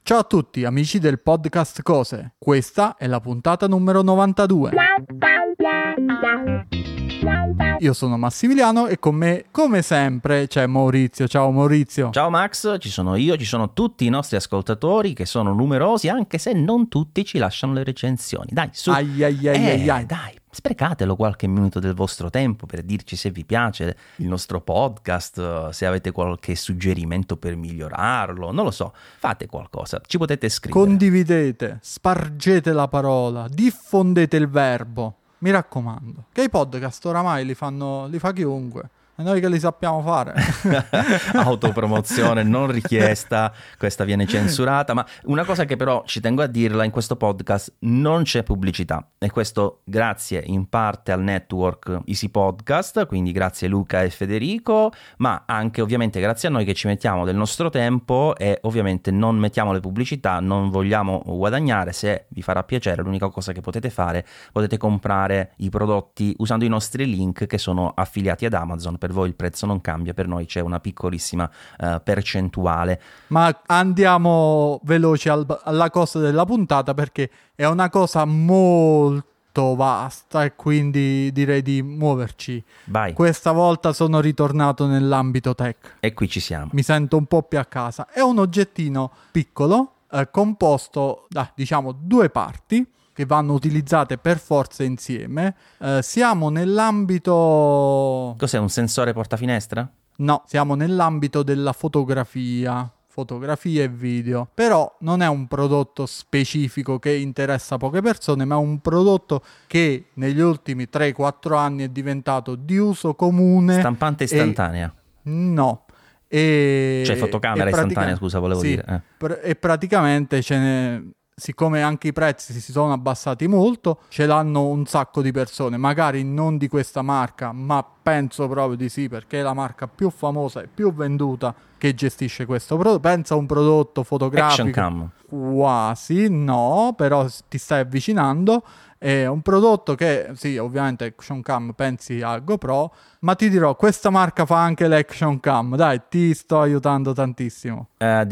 Ciao a tutti amici del podcast Cose, questa è la puntata numero 92. Io sono Massimiliano e con me, come sempre, c'è Maurizio. Ciao Maurizio. Ciao Max, ci sono io, ci sono tutti i nostri ascoltatori che sono numerosi, anche se non tutti ci lasciano le recensioni. Dai, su. Dai, sprecatelo qualche minuto del vostro tempo per dirci se vi piace il nostro podcast, se avete qualche suggerimento per migliorarlo, non lo so, fate qualcosa, ci potete scrivere. Condividete, spargete la parola, diffondete il verbo. Mi raccomando, che i podcast oramai li fa chiunque. E noi che li sappiamo fare. Autopromozione non richiesta, questa viene censurata, ma una cosa che però ci tengo a dirla, in questo podcast non c'è pubblicità e questo grazie in parte al network Easy Podcast, quindi grazie Luca e Federico, ma anche ovviamente grazie a noi che ci mettiamo del nostro tempo e ovviamente non mettiamo le pubblicità, non vogliamo guadagnare. Se vi farà piacere, l'unica cosa che potete fare, potete comprare i prodotti usando i nostri link che sono affiliati ad Amazon. Per voi il prezzo non cambia, per noi c'è una piccolissima percentuale. Ma andiamo veloci alla cosa della puntata, perché è una cosa molto vasta e quindi direi di muoverci. Vai. Questa volta sono ritornato nell'ambito tech. E qui ci siamo. Mi sento un po' più a casa. È un oggettino piccolo, composto da, diciamo, due parti che vanno utilizzate per forza insieme. Siamo nell'ambito... Cos'è, un sensore portafinestra? No, siamo nell'ambito della fotografia e video. Però non è un prodotto specifico che interessa poche persone, ma è un prodotto che negli ultimi 3-4 anni è diventato di uso comune. Stampante istantanea? No. Cioè fotocamera istantanea, scusa, volevo dire. E praticamente siccome anche i prezzi si sono abbassati molto, ce l'hanno un sacco di persone, magari non di questa marca, ma penso proprio di sì, perché è la marca più famosa e più venduta che gestisce questo prodotto. Pensa a un prodotto fotografico. Action Cam. Quasi, no, però ti stai avvicinando. È un prodotto che, sì, ovviamente Action Cam, pensi a GoPro, ma ti dirò, questa marca fa anche l'Action Cam. Dai, ti sto aiutando tantissimo.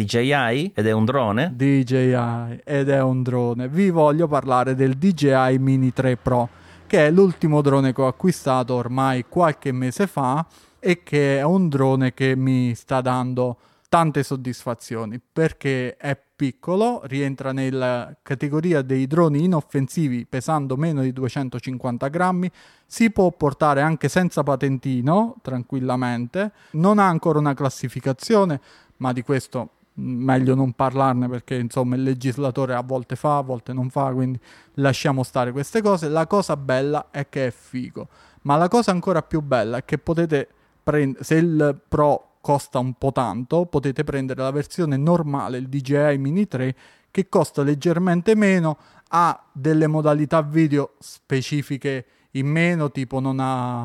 DJI ed è un drone? DJI ed è un drone. Vi voglio parlare del DJI Mini 3 Pro, che è l'ultimo drone che ho acquistato ormai qualche mese fa e che è un drone che mi sta dando tante soddisfazioni, perché è piccolo, rientra nella categoria dei droni inoffensivi pesando meno di 250 grammi, si può portare anche senza patentino tranquillamente, non ha ancora una classificazione, ma di questo meglio non parlarne perché insomma il legislatore a volte fa, a volte non fa, quindi lasciamo stare queste cose. La cosa bella è che è figo, ma la cosa ancora più bella è che potete prendere, se il Pro costa un po' tanto, potete prendere la versione normale, il DJI Mini 3, che costa leggermente meno, ha delle modalità video specifiche in meno, tipo non ha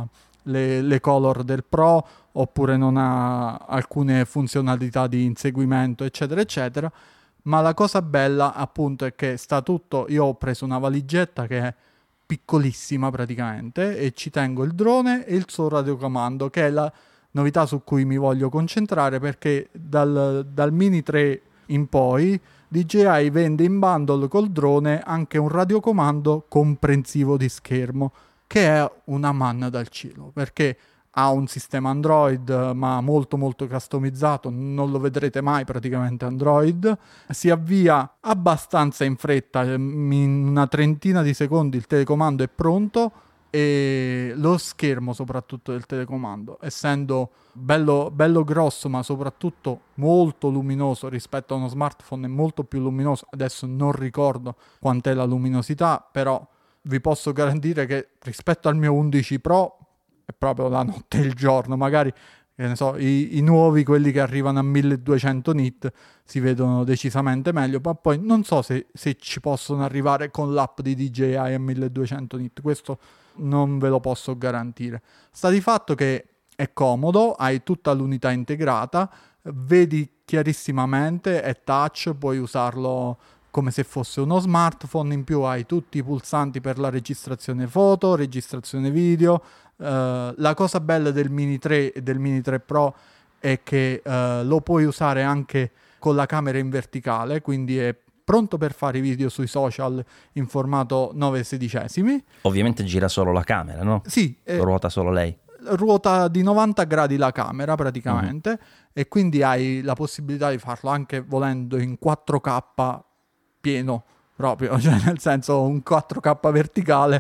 le color del Pro, oppure non ha alcune funzionalità di inseguimento, eccetera, eccetera. Ma la cosa bella, appunto, è che sta tutto... Io ho preso una valigetta che è piccolissima praticamente, e ci tengo il drone e il suo radiocomando, che è la novità su cui mi voglio concentrare, perché dal Mini 3 in poi DJI vende in bundle col drone anche un radiocomando comprensivo di schermo, che è una manna dal cielo, perché ha un sistema Android ma molto molto customizzato, non lo vedrete mai praticamente Android, si avvia abbastanza in fretta, in una trentina di secondi il telecomando è pronto, e lo schermo soprattutto del telecomando, essendo bello grosso ma soprattutto molto luminoso rispetto a uno smartphone, è molto più luminoso. Adesso non ricordo quant'è la luminosità, però vi posso garantire che rispetto al mio 11 Pro è proprio la notte e il giorno. Magari, che ne so, i nuovi, quelli che arrivano a 1200 nit, si vedono decisamente meglio, ma poi non so se ci possono arrivare con l'app di DJI a 1200 nit, questo non ve lo posso garantire. Sta di fatto che è comodo, hai tutta l'unità integrata, vedi chiarissimamente, è touch, puoi usarlo come se fosse uno smartphone, in più hai tutti i pulsanti per la registrazione foto, registrazione video. La cosa bella del Mini 3 e del Mini 3 Pro è che lo puoi usare anche con la camera in verticale, quindi è pronto per fare i video sui social in formato 9/16. Ovviamente gira solo la camera, no? Sì, Ruota solo lei. ruota di 90 gradi la camera praticamente, e quindi hai la possibilità di farlo anche volendo in 4K pieno proprio, cioè nel senso un 4K verticale,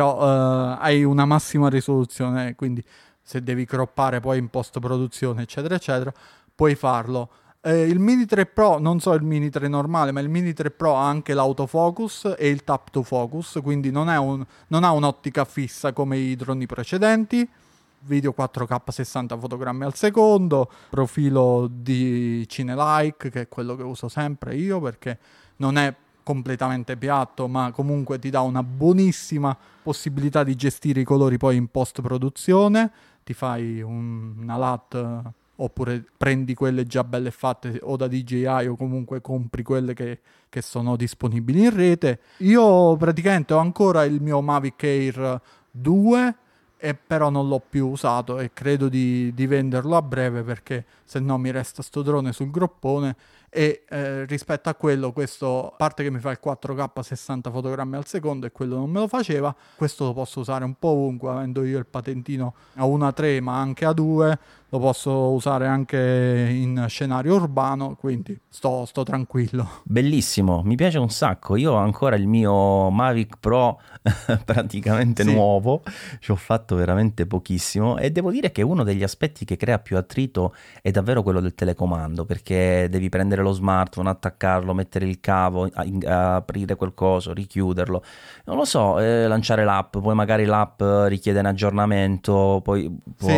però hai una massima risoluzione, quindi se devi croppare poi in post produzione eccetera eccetera puoi farlo. Il Mini 3 Pro, non so il Mini 3 normale, ma il Mini 3 Pro ha anche l'autofocus e il tap to focus, quindi non ha un'ottica fissa come i droni precedenti. Video 4K 60 fotogrammi al secondo, profilo di Cinelike, che è quello che uso sempre io, perché non è completamente piatto, ma comunque ti dà una buonissima possibilità di gestire i colori poi in post produzione. Ti fai una LUT, oppure prendi quelle già belle fatte o da DJI o comunque compri quelle che sono disponibili in rete. Io praticamente ho ancora il mio Mavic Air 2, e però non l'ho più usato e credo di venderlo a breve, perché se no mi resta sto drone sul groppone. E rispetto a quello, questo, a parte che mi fa il 4K 60 fotogrammi al secondo e quello non me lo faceva, questo lo posso usare un po' ovunque, avendo io il patentino a 1.3 ma anche a 2, lo posso usare anche in scenario urbano, quindi sto tranquillo. Bellissimo, mi piace un sacco. Io ho ancora il mio Mavic Pro praticamente nuovo, ci ho fatto veramente pochissimo, e devo dire che uno degli aspetti che crea più attrito è davvero quello del telecomando, perché devi prendere lo smartphone, attaccarlo, mettere il cavo, aprire quel coso, richiuderlo, non lo so, lanciare l'app, poi magari l'app richiede un aggiornamento, poi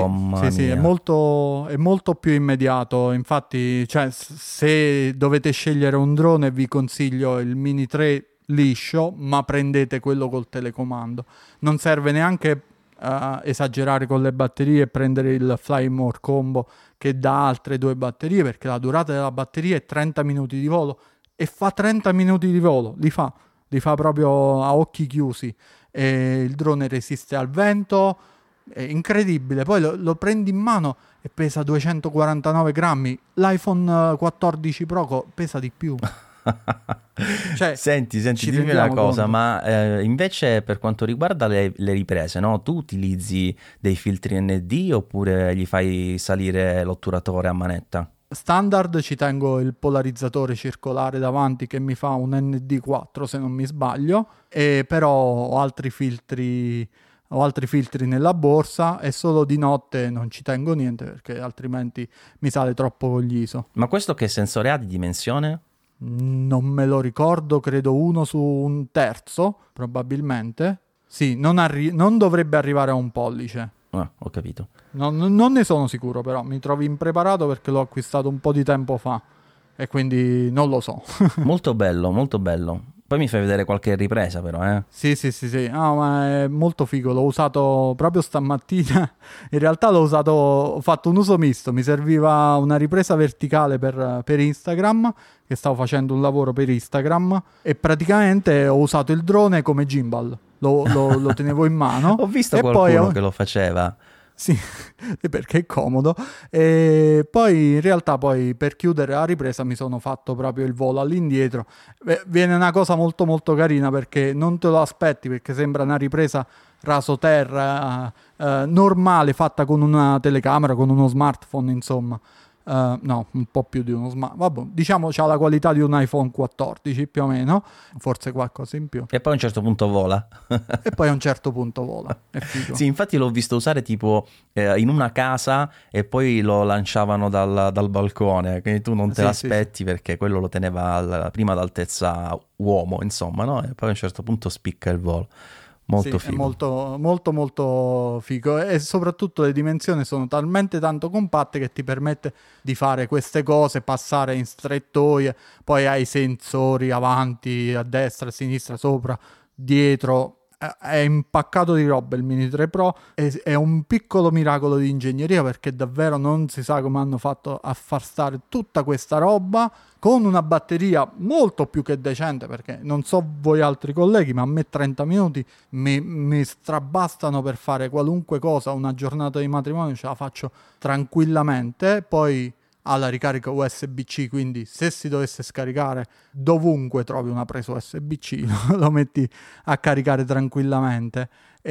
sì, è molto più immediato. Infatti, cioè, se dovete scegliere un drone, vi consiglio il Mini 3 liscio, ma prendete quello col telecomando. Non serve neanche esagerare con le batterie e prendere il Flymore Combo che dà altre 2 batterie, perché la durata della batteria è 30 minuti di volo, e fa 30 minuti di volo, li fa proprio a occhi chiusi, e il drone resiste al vento, è incredibile. Poi lo prendi in mano e pesa 249 grammi, l'iPhone 14 Pro pesa di più. Cioè, senti, dimmi una cosa, ma invece per quanto riguarda le riprese, no? Tu utilizzi dei filtri ND oppure gli fai salire l'otturatore a manetta? Standard ci tengo il polarizzatore circolare davanti che mi fa un ND4 se non mi sbaglio, e però ho altri filtri nella borsa, e solo di notte non ci tengo niente perché altrimenti mi sale troppo con l'ISO. Ma questo che sensore ha di dimensione? Non me lo ricordo, credo 1 su 1/3 probabilmente. Sì, non dovrebbe arrivare a 1 pollice. Ah, ho capito. Non ne sono sicuro, però mi trovi impreparato perché l'ho acquistato un po' di tempo fa e quindi non lo so. Molto bello, molto bello. Poi mi fai vedere qualche ripresa però, eh? Sì. Ah, ma è molto figo, l'ho usato proprio stamattina. In realtà ho fatto un uso misto, mi serviva una ripresa verticale per Instagram, che stavo facendo un lavoro per Instagram, e praticamente ho usato il drone come gimbal, lo tenevo in mano. Ho visto e qualcuno poi che lo faceva. Sì, perché è comodo. E poi in realtà per chiudere la ripresa mi sono fatto proprio il volo all'indietro. Viene una cosa molto molto carina, perché non te lo aspetti, perché sembra una ripresa rasoterra normale, fatta con una telecamera, con uno smartphone, insomma. No, un po' più di uno smartphone. Vabbè, diciamo c'ha la qualità di un iPhone 14 più o meno, forse qualcosa in più. E poi a un certo punto vola. E poi a un certo punto vola. È figo. Sì, infatti l'ho visto usare tipo in una casa e poi lo lanciavano dal balcone, quindi tu non te l'aspetti perché quello lo teneva prima d'altezza uomo, insomma, no? E poi a un certo punto spicca il volo. Molto figo. È molto figo, e soprattutto le dimensioni sono talmente tanto compatte che ti permette di fare queste cose, passare in strettoie, poi hai sensori avanti, a destra, a sinistra, sopra, dietro. È impaccato di roba il Mini 3 Pro, è un piccolo miracolo di ingegneria, perché davvero non si sa come hanno fatto a far stare tutta questa roba con una batteria molto più che decente, perché non so voi altri colleghi, ma a me 30 minuti mi strabastano per fare qualunque cosa. Una giornata di matrimonio ce la faccio tranquillamente. Poi ha la ricarica USB-C, quindi se si dovesse scaricare dovunque trovi una presa USB-C, lo metti a caricare tranquillamente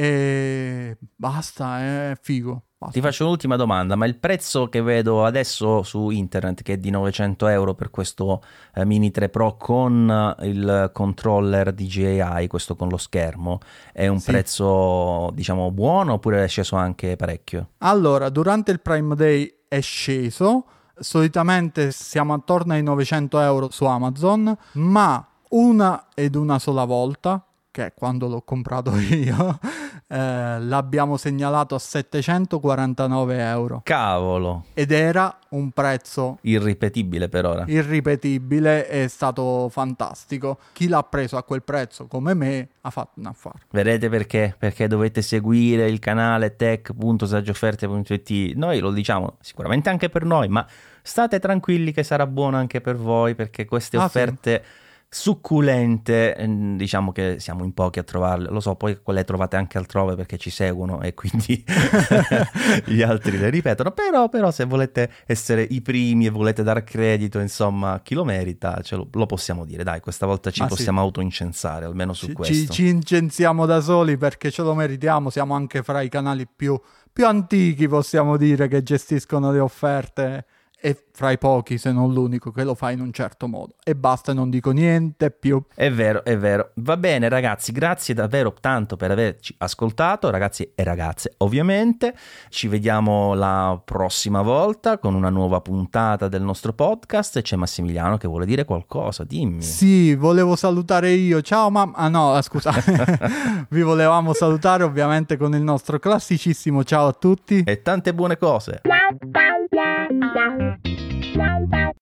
e basta, è figo. Basta. Ti faccio un'ultima domanda, ma il prezzo che vedo adesso su internet, che è di 900 euro per questo Mini 3 Pro con il controller DJI, questo con lo schermo, è un prezzo diciamo buono oppure è sceso anche parecchio? Allora, durante il Prime Day è sceso, solitamente siamo attorno ai 900 euro su Amazon, ma una sola volta, che è quando l'ho comprato io, l'abbiamo segnalato a 749 euro. Cavolo! Ed era un prezzo irripetibile per ora. Irripetibile, è stato fantastico. Chi l'ha preso a quel prezzo come me ha fatto un affare. Vedete perché? Perché dovete seguire il canale tech.saggioferte.it. Noi lo diciamo sicuramente anche per noi, ma state tranquilli che sarà buono anche per voi, perché queste offerte succulente, diciamo che siamo in pochi a trovarle, lo so, poi quelle trovate anche altrove perché ci seguono e quindi gli altri le ripetono, però se volete essere i primi e volete dar credito insomma a chi lo merita, lo possiamo dire, dai, questa volta ci possiamo autoincensare almeno su questo. Ci incensiamo da soli perché ce lo meritiamo, siamo anche fra i canali più antichi, possiamo dire, che gestiscono le offerte, e fra i pochi, se non l'unico, che lo fa in un certo modo. E basta, non dico niente più. È vero. Va bene ragazzi, grazie davvero tanto per averci ascoltato, ragazzi e ragazze ovviamente. Ci vediamo la prossima volta con una nuova puntata del nostro podcast e c'è Massimiliano che vuole dire qualcosa, dimmi. Sì, volevo salutare io. Ciao mamma. Ah no, scusate. Vi volevamo salutare ovviamente con il nostro classicissimo ciao a tutti. E tante buone cose.